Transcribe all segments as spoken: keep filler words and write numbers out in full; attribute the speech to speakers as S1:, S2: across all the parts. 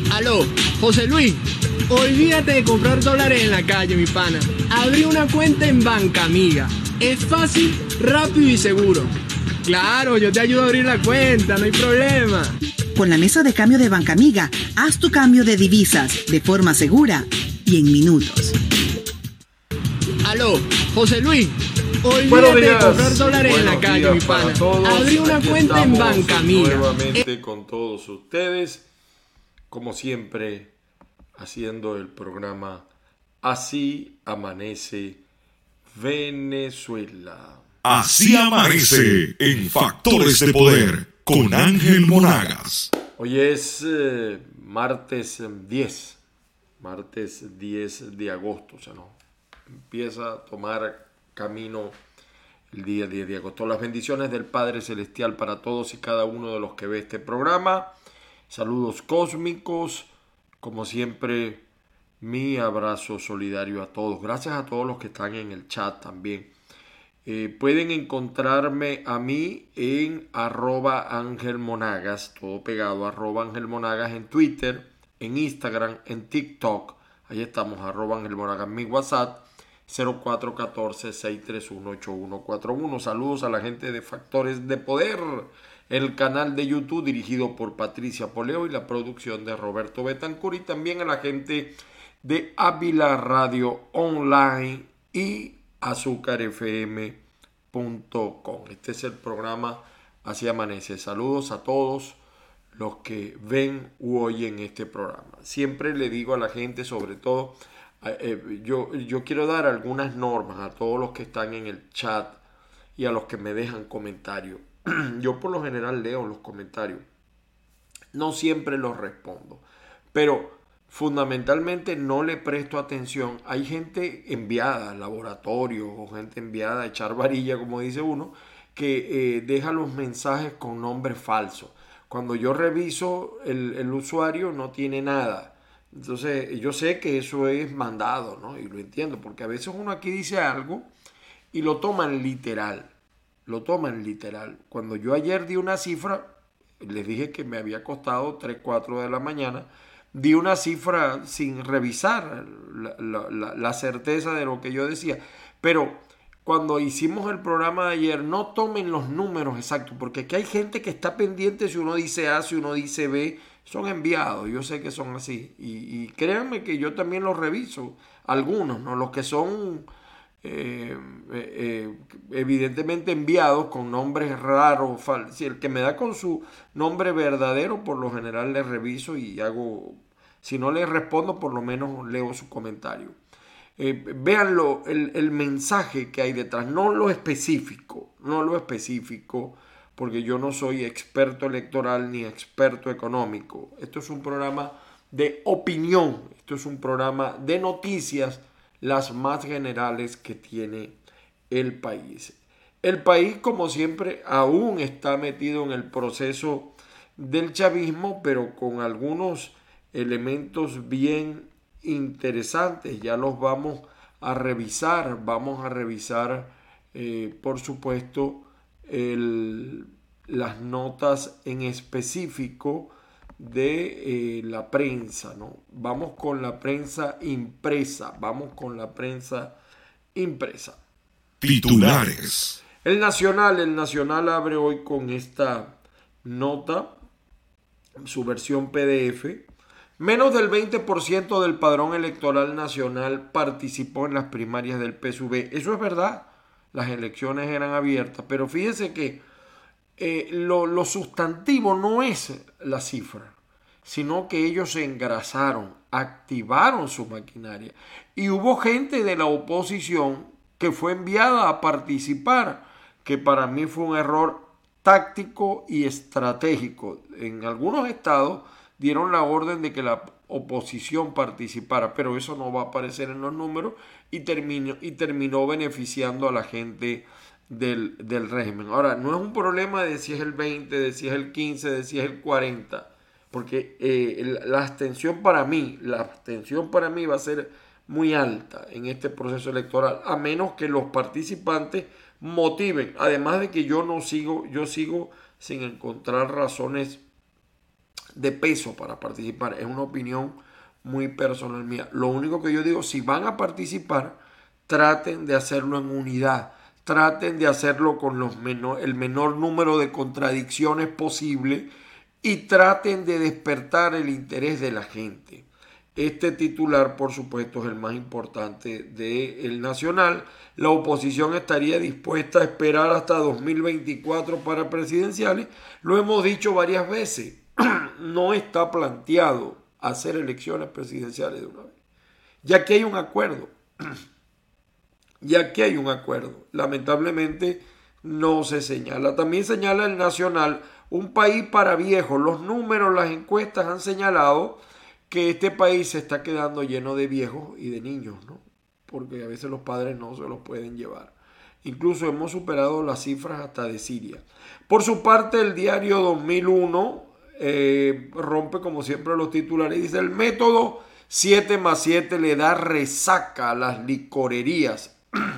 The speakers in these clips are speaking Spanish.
S1: Aló, José Luis, olvídate de comprar dólares en la calle, mi pana. Abrí una cuenta en Banca Amiga. Es fácil, rápido y seguro. Claro, yo te ayudo a abrir la cuenta, no hay problema.
S2: Con la mesa de cambio de Banca Amiga, haz tu cambio de divisas de forma segura y en minutos.
S1: Aló, José Luis, olvídate de comprar dólares en la calle, mi pana. Abrí una
S3: Aquí
S1: cuenta en Banca Amiga.
S3: Nuevamente eh. con todos ustedes, como siempre, haciendo el programa Así Amanece Venezuela.
S4: Así amanece en Factores de Poder con Ángel Monagas.
S3: Hoy es eh, martes diez, martes diez de agosto, o sea, no, empieza a tomar camino el día diez de agosto. Las bendiciones del Padre Celestial para todos y cada uno de los que ve este programa. Saludos cósmicos, como siempre, mi abrazo solidario a todos. Gracias a todos los que están en el chat también. Eh, pueden encontrarme a mí en arroba Ángel Monagas, todo pegado, arroba Ángel Monagas en Twitter, en Instagram, en TikTok. Ahí estamos, arroba Ángel Monagas. Mi WhatsApp, cero cuatro uno cuatro, seis tres uno, ocho uno cuatro uno. Saludos a la gente de Factores de Poder, el canal de YouTube dirigido por Patricia Poleo y la producción de Roberto Betancur, y también a la gente de Ávila Radio Online y azúcar f m punto com. Este es el programa Así Amanece. Saludos a todos los que ven u oyen este programa. Siempre le digo a la gente, sobre todo, eh, yo, yo quiero dar algunas normas a todos los que están en el chat y a los que me dejan comentarios. Yo por lo general leo los comentarios. No siempre los respondo, pero fundamentalmente no le presto atención. Hay gente enviada al laboratorio o gente enviada a echar varilla, como dice uno, que eh, deja los mensajes con nombres falsos. Cuando yo reviso el, el usuario no tiene nada. Entonces yo sé que eso es mandado, ¿no? Y lo entiendo, porque a veces uno aquí dice algo y lo toman literal. Lo toman literal. Cuando yo ayer di una cifra, les dije que me había costado tres, cuatro de la mañana, di una cifra sin revisar la, la, la, la certeza de lo que yo decía. Pero cuando hicimos el programa de ayer, no tomen los números exactos, porque aquí hay gente que está pendiente si uno dice A, si uno dice B. Son enviados, yo sé que son así. Y, y créanme que yo también los reviso. Algunos, ¿no? Los que son eh, eh, evidentemente enviados con nombres raros. Si el que me da con su nombre verdadero, por lo general le reviso y hago, si no le respondo, por lo menos leo su comentario. Eh, véanlo, el, el mensaje que hay detrás, no lo específico, no lo específico, porque yo no soy experto electoral ni experto económico. Esto es un programa de opinión, esto es un programa de noticias, las más generales que tiene el país. El país, como siempre, aún está metido en el proceso del chavismo, pero con algunos elementos bien interesantes. Ya los vamos a revisar. Vamos a revisar, eh, por supuesto, el, las notas en específico de eh, la prensa, ¿no? Vamos con la prensa impresa. Vamos con la prensa impresa.
S4: Titulares.
S3: El Nacional, el Nacional abre hoy con esta nota, su versión P D F. Menos del veinte por ciento del padrón electoral nacional participó en las primarias del P S U V. Eso es verdad, las elecciones eran abiertas, pero fíjese que eh, lo, lo sustantivo no es la cifra, sino que ellos se engrasaron, activaron su maquinaria. Y hubo gente de la oposición que fue enviada a participar, que para mí fue un error táctico y estratégico. En algunos estados dieron la orden de que la oposición participara, pero eso no va a aparecer en los números y terminó, y terminó beneficiando a la gente del, del régimen. Ahora, no es un problema de si es el veinte, de si es el quince, de si es el cuarenta, porque eh, la abstención para mí, la abstención para mí va a ser muy alta en este proceso electoral, a menos que los participantes motiven, además de que yo no sigo, yo sigo sin encontrar razones de peso para participar. Es una opinión muy personal mía. Lo único que yo digo, si van a participar, traten de hacerlo en unidad. Traten de hacerlo con los menor, el menor número de contradicciones posible y traten de despertar el interés de la gente. Este titular, por supuesto, es el más importante del Nacional. La oposición estaría dispuesta a esperar hasta dos mil veinticuatro para presidenciales. Lo hemos dicho varias veces. No está planteado hacer elecciones presidenciales de una vez. Ya que hay un acuerdo. Ya que hay un acuerdo. Lamentablemente no se señala. También señala el Nacional, un país para viejos. Los números, las encuestas han señalado que este país se está quedando lleno de viejos y de niños, ¿no? Porque a veces los padres no se los pueden llevar. Incluso hemos superado las cifras hasta de Siria. Por su parte, el diario dos mil uno eh, rompe como siempre los titulares y dice: el método siete más siete le da resaca a las licorerías.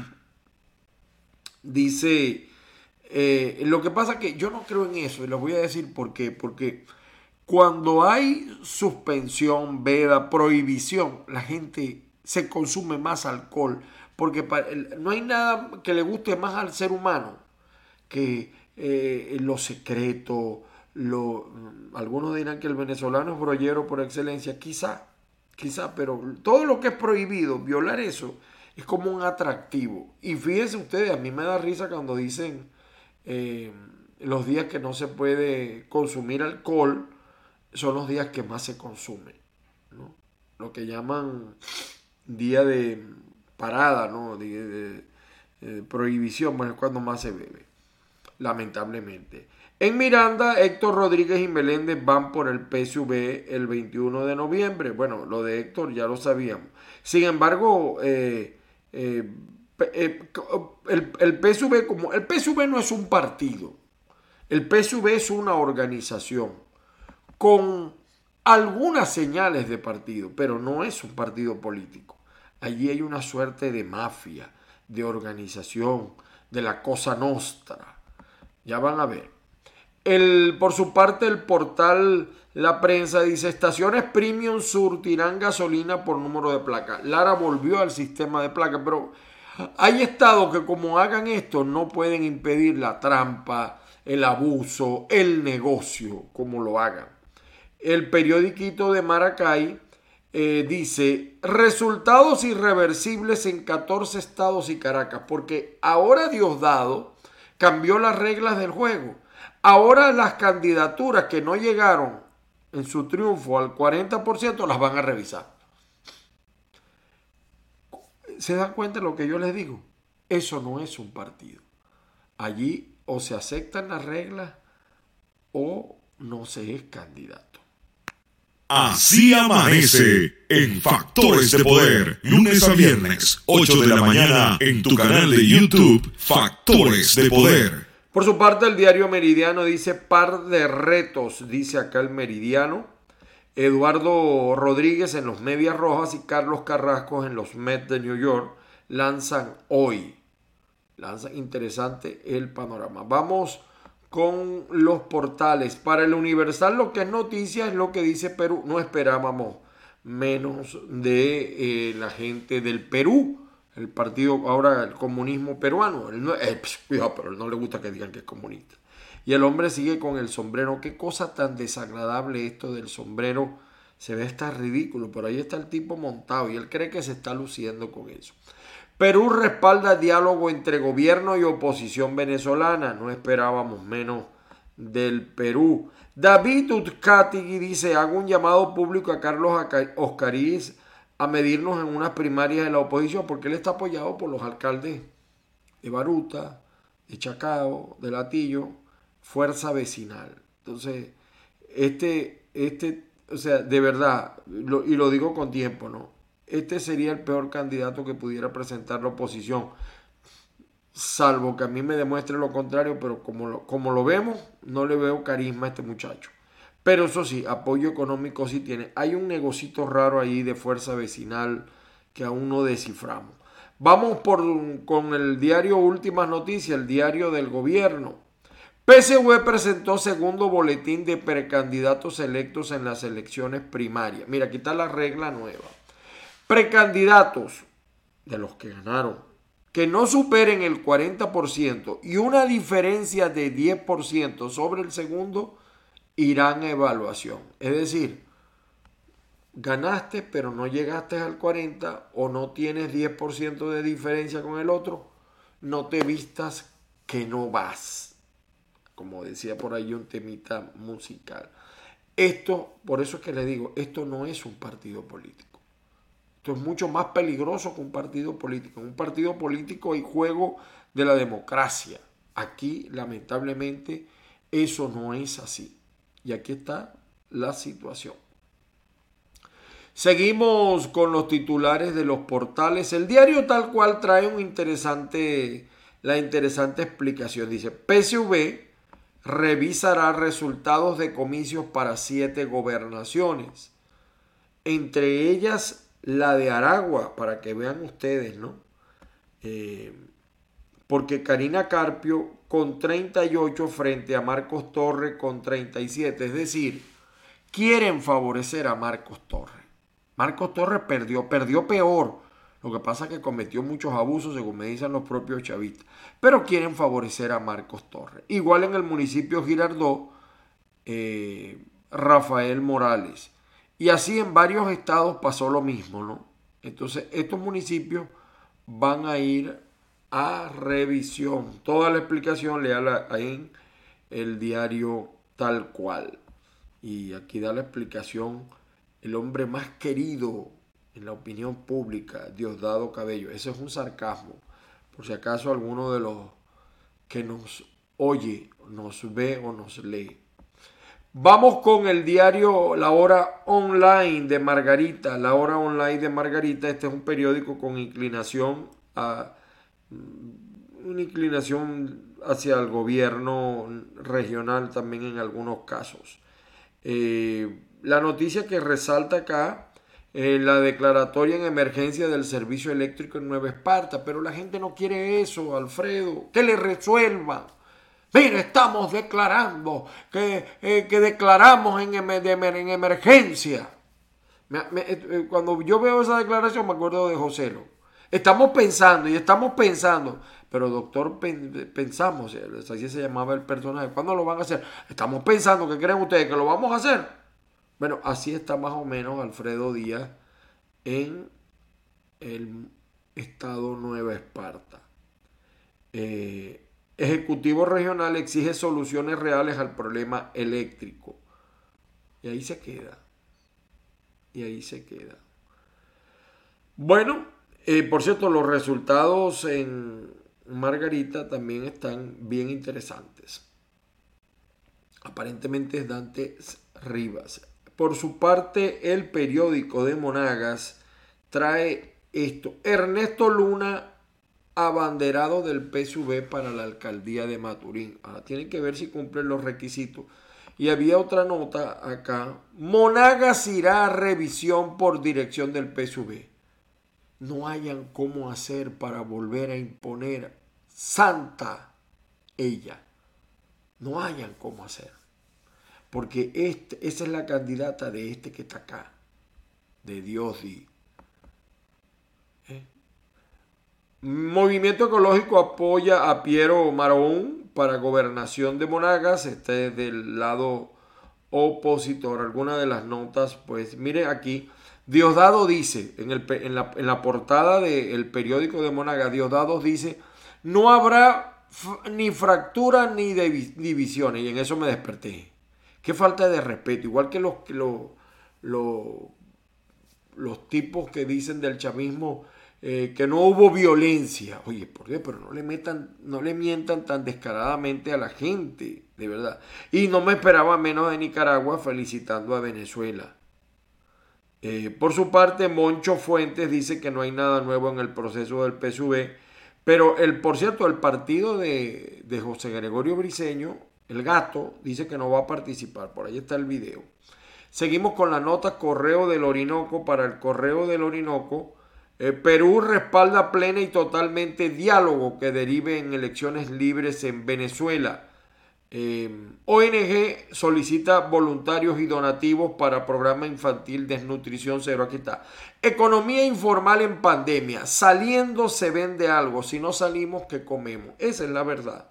S3: Dice, eh, lo que pasa es que yo no creo en eso y les voy a decir por qué. Porque cuando hay suspensión, veda, prohibición, la gente se consume más alcohol. Porque no hay nada que le guste más al ser humano que eh, lo secreto. Lo, algunos dirán que el venezolano es brollero por excelencia. Quizá, quizá, pero todo lo que es prohibido, violar eso, es como un atractivo. Y fíjense ustedes, a mí me da risa cuando dicen eh, los días que no se puede consumir alcohol son los días que más se consume, ¿no? Lo que llaman día de parada, ¿no? De, de, de prohibición, bueno, es cuando más se bebe, lamentablemente. En Miranda, Héctor Rodríguez y Meléndez van por el P S U V el veintiuno de noviembre. Bueno, lo de Héctor ya lo sabíamos. Sin embargo, eh, eh, eh, el, el P S U V, como el P S U V no es un partido, el P S U V es una organización con algunas señales de partido, pero no es un partido político. Allí hay una suerte de mafia, de organización, de la Cosa Nostra. Ya van a ver. El, por su parte, el portal La Prensa dice: estaciones premium surtirán gasolina por número de placa. Lara volvió al sistema de placa, pero hay estados que, como hagan esto, no pueden impedir la trampa, el abuso, el negocio, como lo hagan. El periodiquito de Maracay eh, dice: resultados irreversibles en catorce estados y Caracas, porque ahora Diosdado cambió las reglas del juego. Ahora las candidaturas que no llegaron en su triunfo al cuarenta por ciento las van a revisar. ¿Se dan cuenta de lo que yo les digo? Eso no es un partido. Allí o se aceptan las reglas o no se es candidato.
S4: Así amanece en Factores de Poder, lunes a viernes, ocho de la mañana, en tu canal de YouTube, Factores de Poder.
S3: Por su parte, el diario Meridiano dice: par de retos, dice acá el Meridiano. Eduardo Rodríguez en los Medias Rojas y Carlos Carrasco en los Mets de New York lanzan hoy. Lanzan interesante el panorama. Vamos con los portales. Para el Universal, lo que es noticia es lo que dice Perú. No esperábamos menos de eh, la gente del Perú. El partido, ahora el comunismo peruano. Él no, eh, cuidado, pero él no le gusta que digan que es comunista. Y el hombre sigue con el sombrero. Qué cosa tan desagradable esto del sombrero. Se ve hasta ridículo, pero ahí está el tipo montado y él cree que se está luciendo con eso. Perú respalda diálogo entre gobierno y oposición venezolana. No esperábamos menos del Perú. David Uzcategui dice: hago un llamado público a Carlos Oscariz a medirnos en unas primarias de la oposición, porque él está apoyado por los alcaldes de Baruta, de Chacao, de Latillo, Fuerza Vecinal. Entonces, este, este, o sea, de verdad, lo, y lo digo con tiempo, ¿no? Este sería el peor candidato que pudiera presentar la oposición, salvo que a mí me demuestre lo contrario, pero como lo, como lo vemos, no le veo carisma a este muchacho. Pero eso sí, apoyo económico sí tiene. Hay un negocito raro ahí de Fuerza Vecinal que aún no desciframos. Vamos por, con el diario Últimas Noticias, el diario del gobierno. P S U V presentó segundo boletín de precandidatos electos en las elecciones primarias. Mira, aquí está la regla nueva. Precandidatos de los que ganaron, que no superen el cuarenta por ciento y una diferencia de diez por ciento sobre el segundo, irán a evaluación. Es decir, ganaste pero no llegaste al cuarenta o no tienes diez por ciento de diferencia con el otro, no te vistas que no vas. Como decía por ahí un temita musical. Esto, por eso es que le digo, esto no es un partido político. Esto es mucho más peligroso que un partido político. En un partido político hay juego de la democracia. Aquí, lamentablemente, eso no es así. Y aquí está la situación. Seguimos con los titulares de los portales. El diario Tal Cual trae un interesante, la interesante explicación. Dice, P S U V revisará resultados de comicios para siete gobernaciones. Entre ellas la de Aragua, para que vean ustedes, ¿no? Eh, porque Karina Carpio con treinta y ocho frente a Marcos Torres con treinta y siete. Es decir, quieren favorecer a Marcos Torres. Marcos Torres perdió, perdió peor. Lo que pasa es que cometió muchos abusos, según me dicen los propios chavistas. Pero quieren favorecer a Marcos Torres. Igual en el municipio Girardot, eh, Rafael Morales. Y así en varios estados pasó lo mismo, ¿no? Entonces, estos municipios van a ir a revisión. Toda la explicación léala en el diario Tal Cual. Y aquí da la explicación el hombre más querido en la opinión pública, Diosdado Cabello. Ese es un sarcasmo. Por si acaso alguno de los que nos oye, nos ve o nos lee. Vamos con el diario La Hora Online de Margarita. La Hora Online de Margarita, este es un periódico con inclinación a una inclinación hacia el gobierno regional también en algunos casos. Eh, la noticia que resalta acá, eh, la declaratoria en emergencia del servicio eléctrico en Nueva Esparta, pero la gente no quiere eso, Alfredo, que le resuelvan. Mira, estamos declarando que, eh, que declaramos en, em de, en emergencia. Me, me, eh, cuando yo veo esa declaración me acuerdo de Joselo. Estamos pensando y estamos pensando, pero doctor, pen, pensamos, así se llamaba el personaje. ¿Cuándo lo van a hacer? Estamos pensando, ¿qué creen ustedes? ¿Que lo vamos a hacer? Bueno, así está más o menos Alfredo Díaz en el estado Nueva Esparta. Eh, Ejecutivo regional exige soluciones reales al problema eléctrico. Y ahí se queda. Y ahí se queda. Bueno, eh, por cierto, los resultados en Margarita también están bien interesantes. Aparentemente es Dante Rivas. Por su parte, el periódico de Monagas trae esto. Ernesto Luna, abanderado del P S U V para la alcaldía de Maturín. Ahora tienen que ver si cumplen los requisitos. Y había otra nota acá. Monagas irá a revisión por dirección del P S U V. No hayan cómo hacer para volver a imponer santa ella. No hayan cómo hacer. Porque este, esa es la candidata de este que está acá. De Diosdi. ¿Eh? Movimiento Ecológico apoya a Piero Marón para gobernación de Monagas. Este es del lado opositor. Algunas de las notas, pues miren aquí. Diosdado dice, en, el, en, la, en la portada del periódico de Monagas, Diosdado dice, no habrá ni fractura ni divisiones. Y en eso me desperté. Qué falta de respeto. Igual que los, los, los, los tipos que dicen del chavismo eh, que no hubo violencia. Oye, ¿por qué? Pero no le metan, no le mientan tan descaradamente a la gente, de verdad. Y no me esperaba menos de Nicaragua felicitando a Venezuela. Eh, por su parte, Moncho Fuentes dice que no hay nada nuevo en el proceso del P S U V. Pero, el, por cierto, el partido de, de José Gregorio Briceño, el gato, dice que no va a participar. Por ahí está el video. Seguimos con la nota Correo del Orinoco. Para el Correo del Orinoco, eh, Perú respalda plena y totalmente diálogo que derive en elecciones libres en Venezuela. Eh, O N G solicita voluntarios y donativos para programa infantil Desnutrición Cero. Aquí está. Economía informal en pandemia. Saliendo se vende algo. Si no salimos, ¿qué comemos? Esa es la verdad.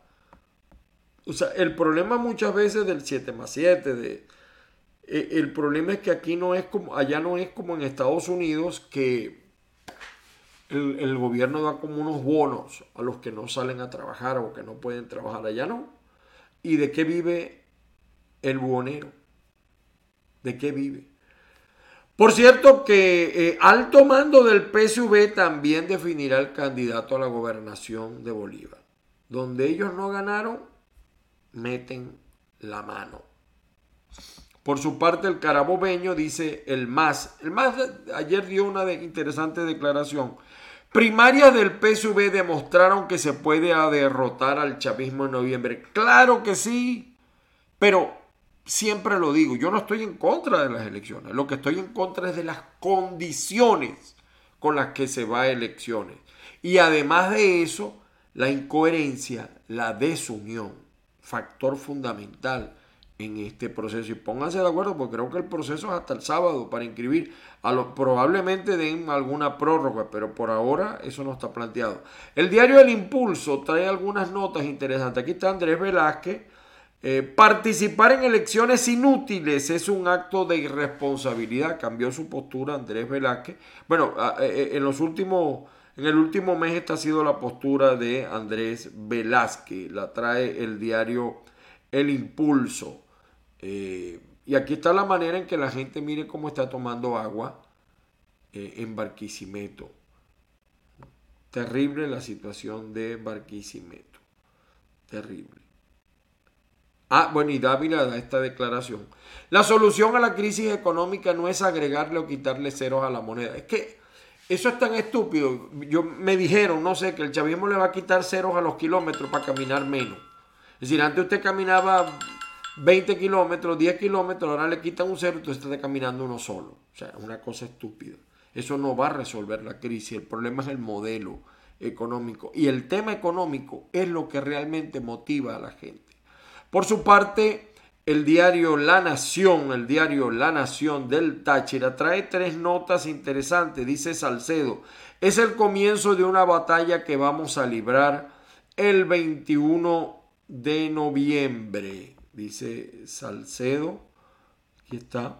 S3: O sea, el problema muchas veces del siete más siete, de, eh, el problema es que aquí no es como, allá no es como en Estados Unidos, que el, el gobierno da como unos bonos a los que no salen a trabajar o que no pueden trabajar. Allá no. ¿Y de qué vive el buhonero? ¿De qué vive? Por cierto que eh, alto mando del P S U V también definirá el candidato a la gobernación de Bolívar. Donde ellos no ganaron, meten la mano. Por su parte, el carabobeño dice el MAS. El MAS ayer dio una de, interesante declaración. Primarias del P S U V demostraron que se puede derrotar al chavismo en noviembre. Claro que sí, pero siempre lo digo, yo no estoy en contra de las elecciones. Lo que estoy en contra es de las condiciones con las que se va a elecciones. Y además de eso, la incoherencia, la desunión, factor fundamental en este proceso. Y pónganse de acuerdo, porque creo que el proceso es hasta el sábado para inscribir. A lo, probablemente den alguna prórroga, pero por ahora eso no está planteado. El diario El Impulso trae algunas notas interesantes. Aquí está Andrés Velázquez. Eh, participar en elecciones inútiles es un acto de irresponsabilidad. Cambió su postura Andrés Velázquez. Bueno, en los últimos, en el último mes esta ha sido la postura de Andrés Velázquez. La trae el diario El Impulso. Eh, y aquí está la manera en que la gente mire cómo está tomando agua eh, en Barquisimeto. Terrible la situación de Barquisimeto. Terrible. Ah, bueno, y Dávila da esta declaración. La solución a la crisis económica no es agregarle o quitarle ceros a la moneda. Es que eso es tan estúpido. Yo, me dijeron, no sé, que el chavismo le va a quitar ceros a los kilómetros para caminar menos. Es decir, antes usted caminaba veinte kilómetros, diez kilómetros, ahora le quitan un cero y usted está caminando uno solo. O sea, es una cosa estúpida. Eso no va a resolver la crisis. El problema es el modelo económico. Y el tema económico es lo que realmente motiva a la gente. Por su parte, el diario La Nación, el diario La Nación del Táchira, trae tres notas interesantes. Dice Salcedo, es el comienzo de una batalla que vamos a librar el veintiuno de noviembre. Dice Salcedo, aquí está,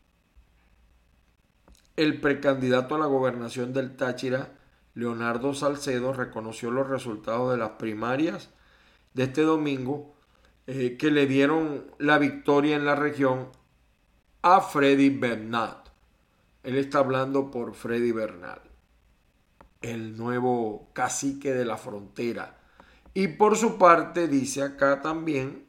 S3: el precandidato a la gobernación del Táchira, Leonardo Salcedo, reconoció los resultados de las primarias de este domingo eh, que le dieron la victoria en la región a Freddy Bernal. Él está hablando por Freddy Bernal, el nuevo cacique de la frontera. Y por su parte dice acá también,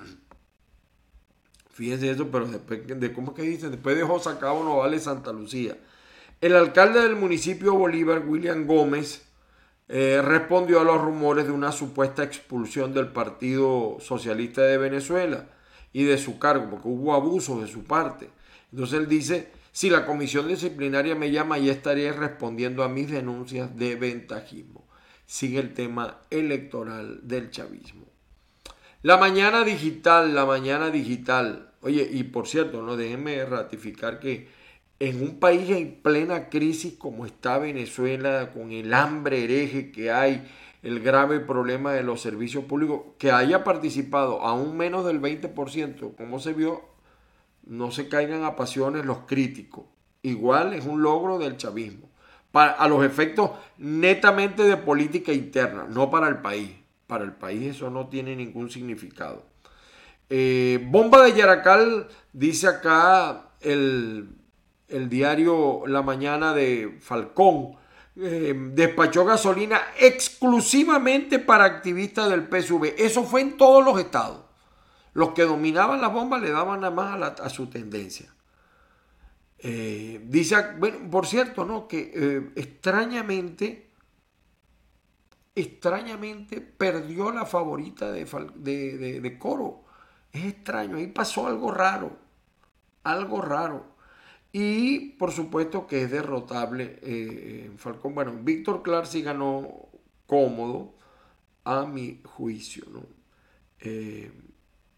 S3: fíjense eso, pero después de cómo es que dicen, después de Josacabo no vale Santa Lucía. El alcalde del municipio Bolívar, William Gómez, eh, respondió a los rumores de una supuesta expulsión del Partido Socialista de Venezuela y de su cargo, porque hubo abusos de su parte. Entonces él dice, si la comisión disciplinaria me llama, ya estaré respondiendo a mis denuncias de ventajismo. Sigue el tema electoral del chavismo. La mañana digital, la mañana digital. Oye, y por cierto, no déjenme ratificar que en un país en plena crisis como está Venezuela, con el hambre hereje que hay, el grave problema de los servicios públicos, que haya participado aún menos del veinte por ciento, como se vio, no se caigan a pasiones los críticos. Igual es un logro del chavismo, para, a los efectos netamente de política interna, no para el país. Para el país eso no tiene ningún significado. Eh, bomba de Yaracal, dice acá el, el diario La Mañana de Falcón, eh, despachó gasolina exclusivamente para activistas del P S U V. Eso fue en todos los estados. Los que dominaban las bombas le daban nada más a, la, a su tendencia. Eh, dice, bueno, por cierto, ¿no? que eh, extrañamente... Extrañamente perdió la favorita de, de, de, de Coro. Es extraño, ahí pasó algo raro, algo raro. Y por supuesto que es derrotable eh, en Falcón. Bueno, Víctor Clark sí ganó cómodo, a mi juicio, ¿no? Eh,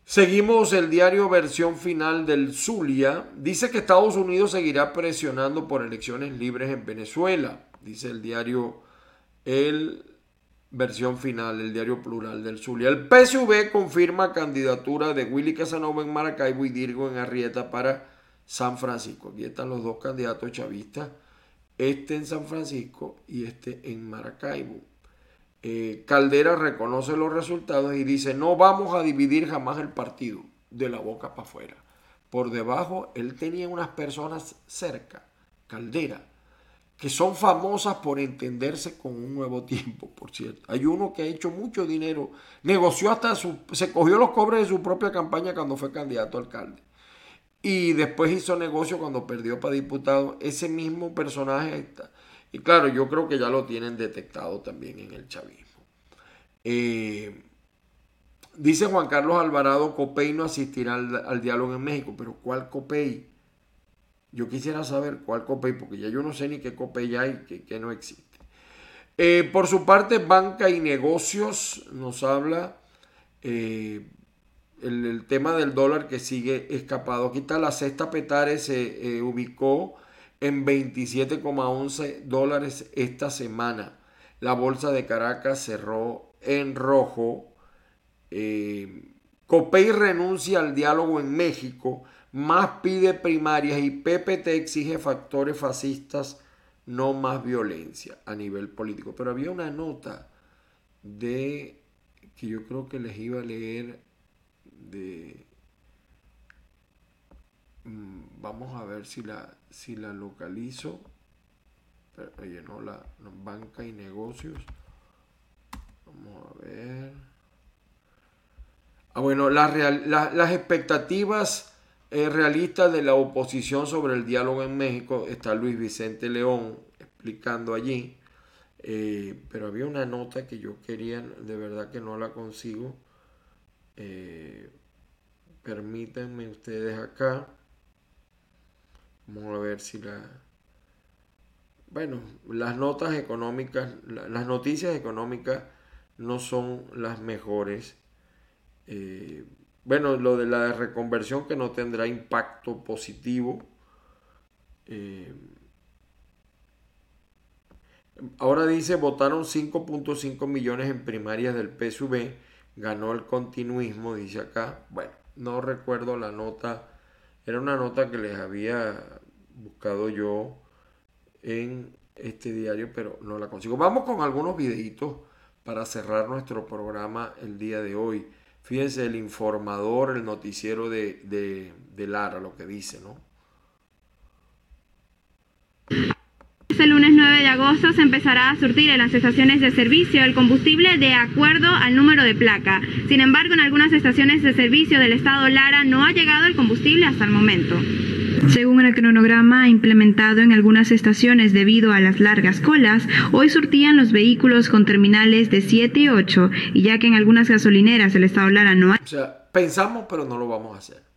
S3: Seguimos el diario Versión Final del Zulia. Dice que Estados Unidos seguirá presionando por elecciones libres en Venezuela. Dice el diario El Versión Final, el diario plural del Zulia. El P S U V confirma candidatura de Willy Casanova en Maracaibo y Dirgo en Arrieta para San Francisco. Aquí están los dos candidatos chavistas, este en San Francisco y este en Maracaibo. Eh, Caldera reconoce los resultados y dice: no vamos a dividir jamás el partido, de la boca para afuera. Por debajo, él tenía unas personas cerca, Caldera, que son famosas por entenderse con un nuevo tiempo, por cierto. Hay uno que ha hecho mucho dinero, negoció hasta su, se cogió los cobres de su propia campaña cuando fue candidato a alcalde. Y después hizo negocio cuando perdió para diputado. Ese mismo personaje está. Y claro, yo creo que ya lo tienen detectado también en el chavismo. Eh, dice Juan Carlos Alvarado: Copey no asistirá al, al diálogo en México. Pero ¿cuál Copey? Yo quisiera saber cuál Copey, porque ya yo no sé ni qué Copey hay, que, que no existe. Eh, por su parte, Banca y Negocios nos habla eh, el, el tema del dólar que sigue escapado. Aquí está la cesta Petare, se eh, ubicó en veintisiete coma once dólares esta semana. La bolsa de Caracas cerró en rojo. Eh, Copey renuncia al diálogo en México, más pide primarias y P P T exige factores fascistas, no más violencia a nivel político. Pero había una nota de que yo creo que les iba a leer de... Vamos a ver si la, si la localizo. Pero, oye, no, la no, Banca y Negocios. Vamos a ver. Ah, bueno, la real, la, las expectativas eh, realistas de la oposición sobre el diálogo en México. Está Luis Vicente León explicando allí. Eh, pero había una nota que yo quería, de verdad que no la consigo. Eh, permítanme ustedes acá. Vamos a ver si la... Bueno, las notas económicas, las noticias económicas no son las mejores. Eh, bueno, lo de la reconversión que no tendrá impacto positivo. Eh, ahora dice, votaron cinco punto cinco millones en primarias del P S U V, ganó el continuismo, dice acá. Bueno, no recuerdo la nota. Era una nota que les había buscado yo en este diario, pero no la consigo. Vamos con algunos videitos para cerrar nuestro programa el día de hoy. Fíjense, el informador, el noticiero de, de, de Lara, lo que dice, ¿no?
S5: Este lunes nueve de agosto se empezará a surtir en las estaciones de servicio el combustible de acuerdo al número de placa. Sin embargo, en algunas estaciones de servicio del estado Lara no ha llegado el combustible hasta el momento. Según el cronograma implementado en algunas estaciones debido a las largas colas, hoy surtían los vehículos con terminales de siete y ocho, y ya que en algunas gasolineras del estado Lara no hay...
S3: O sea, pensamos, pero no lo vamos a hacer.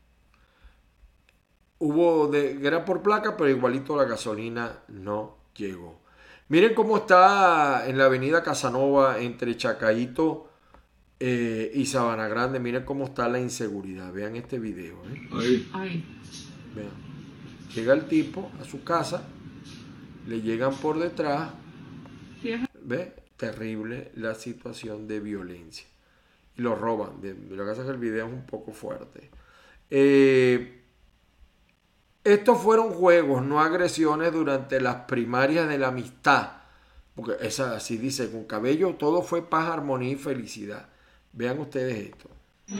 S3: Hubo de era por placa, pero igualito la gasolina no llegó. Miren cómo está en la avenida Casanova entre Chacaíto eh, y Sabana Grande. Miren cómo está la inseguridad. Vean este video. ¿eh?
S6: Ahí. Ahí.
S3: Vean. Llega el tipo a su casa, le llegan por detrás. ¿Ve? Terrible la situación de violencia. Y lo roban. Lo que pasa es que el video es un poco fuerte. Eh... Estos fueron juegos, no agresiones durante las primarias de la amistad. Porque esa así dice, con Cabello todo fue paz, armonía y felicidad. Vean ustedes esto.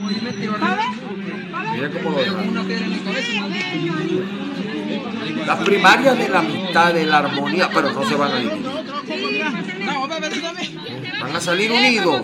S3: Miren cómo lo dejan. Las primarias de la amistad, de la armonía, pero no se van a dividir. Van a salir unidos.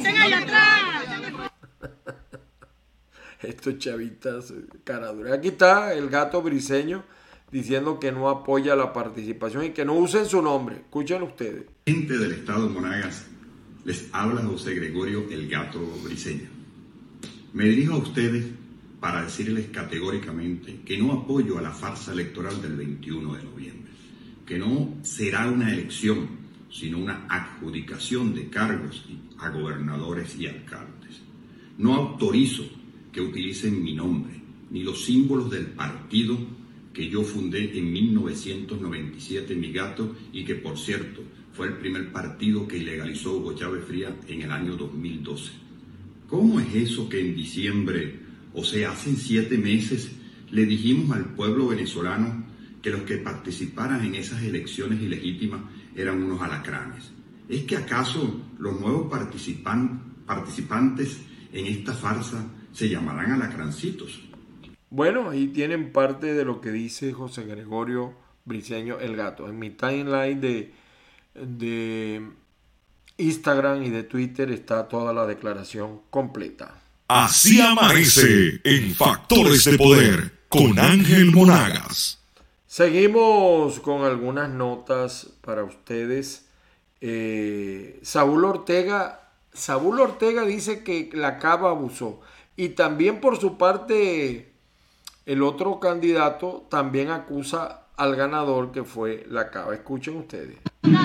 S3: Estos chavitas cara dura. Aquí está el gato briseño diciendo que no apoya la participación y que no usen su nombre. Escuchen ustedes.
S7: Gente del estado Monagas, les habla José Gregorio el gato briseño. Me dirijo a ustedes para decirles categóricamente que no apoyo a la farsa electoral del veintiuno de noviembre, que no será una elección, sino una adjudicación de cargos a gobernadores y alcaldes. No autorizo que utilicen mi nombre, ni los símbolos del partido que yo fundé en mil novecientos noventa y siete, Mi Gato, y que, por cierto, fue el primer partido que ilegalizó Hugo Chávez Frías en el año dos mil doce. ¿Cómo es eso que en diciembre, o sea, hace siete meses, le dijimos al pueblo venezolano que los que participaran en esas elecciones ilegítimas eran unos alacranes? ¿Es que acaso los nuevos participan, participantes en esta farsa se llamarán alacrancitos?
S3: Bueno, ahí tienen parte de lo que dice José Gregorio Briceño el Gato. En mi timeline de, de Instagram y de Twitter está toda la declaración completa.
S4: Así amanece en Factores de Poder con Ángel Monagas.
S3: Seguimos con algunas notas para ustedes. Eh, Saúl Ortega, Saúl Ortega dice que la Cava abusó. Y también por su parte, el otro candidato también acusa al ganador que fue la Cava. Escuchen ustedes.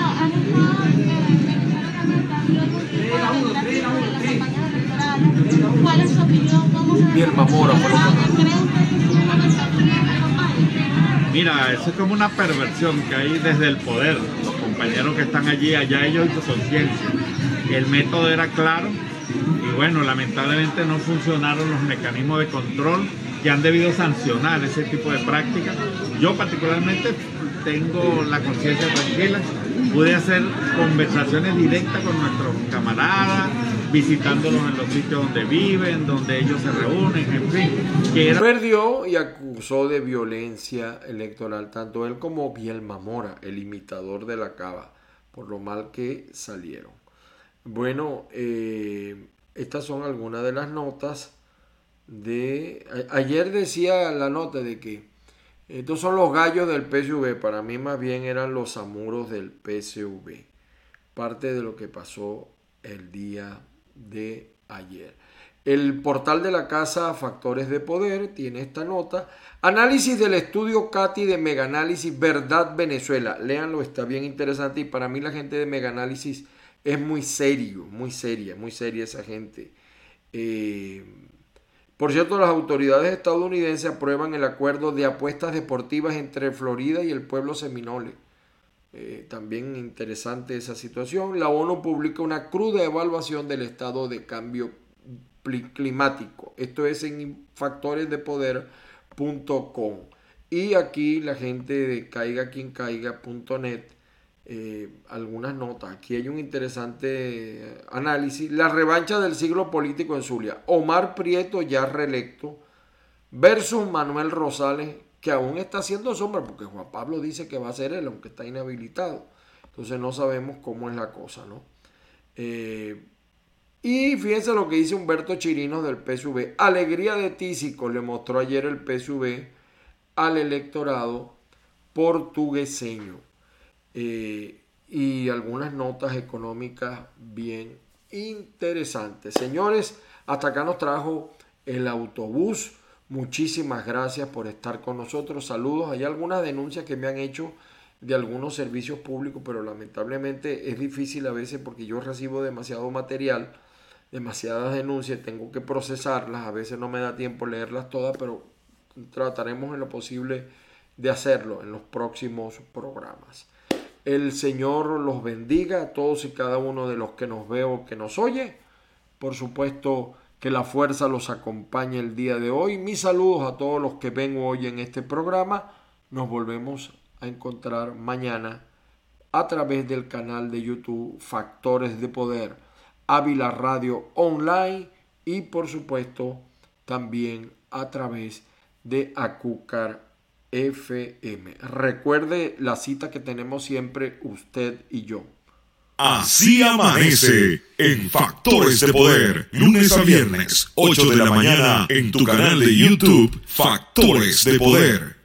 S6: ¿Cuál es su opinión?
S3: Vilma Mora, por
S8: Mira, eso es como una perversión que hay desde el poder. Los compañeros que están allí, allá ellos y su conciencia. El método era claro y bueno, lamentablemente no funcionaron los mecanismos de control que han debido sancionar ese tipo de prácticas. Yo particularmente tengo la conciencia tranquila, pude hacer conversaciones directas con nuestros camaradas, visitándolos en los sitios donde viven, donde ellos se reúnen, en fin. Que era...
S3: Perdió y acusó de violencia electoral tanto él como Vilma Mora, el imitador de la Cava, por lo mal que salieron. Bueno, eh, estas son algunas de las notas de... A- ayer decía la nota de que estos son los gallos del P S U V, para mí más bien eran los zamuros del P S U V. Parte de lo que pasó el día de ayer. El portal de la casa Factores de Poder tiene esta nota. Análisis del estudio Cati de Megaanálisis Verdad Venezuela. Léanlo, está bien interesante y para mí la gente de Megaanálisis es muy serio, muy seria, muy seria esa gente. Eh, por cierto, las autoridades estadounidenses aprueban el acuerdo de apuestas deportivas entre Florida y el pueblo seminole. Eh, también interesante esa situación. La ONU publica una cruda evaluación del estado de cambio climático. Esto es en factores de poder punto com. Y aquí la gente de caiga quien caiga punto net, eh, algunas notas. Aquí hay un interesante análisis. La revancha del siglo político en Zulia. Omar Prieto, ya reelecto, versus Manuel Rosales, que aún está haciendo sombra, porque Juan Pablo dice que va a ser él, aunque está inhabilitado. Entonces no sabemos cómo es la cosa, ¿no? Eh, y fíjense lo que dice Humberto Chirinos del P S U V. Alegría de Tísico le mostró ayer el P S U V al electorado portugueseño. Eh, y algunas notas económicas bien interesantes. Señores, hasta acá nos trajo el autobús. Muchísimas gracias por estar con nosotros. Saludos. Hay algunas denuncias que me han hecho de algunos servicios públicos, pero lamentablemente es difícil a veces porque yo recibo demasiado material, demasiadas denuncias, tengo que procesarlas. A veces no me da tiempo leerlas todas, pero trataremos en lo posible de hacerlo en los próximos programas. El Señor los bendiga a todos y cada uno de los que nos ve o que nos oye. Por supuesto, que la fuerza los acompañe el día de hoy. Mis saludos a todos los que ven hoy en este programa. Nos volvemos a encontrar mañana a través del canal de YouTube Factores de Poder, Ávila Radio Online y por supuesto también a través de Acúcar F M. Recuerde la cita que tenemos siempre usted y yo.
S4: Así amanece en Factores de Poder, lunes a viernes, ocho de la mañana, en tu canal de YouTube, Factores de Poder.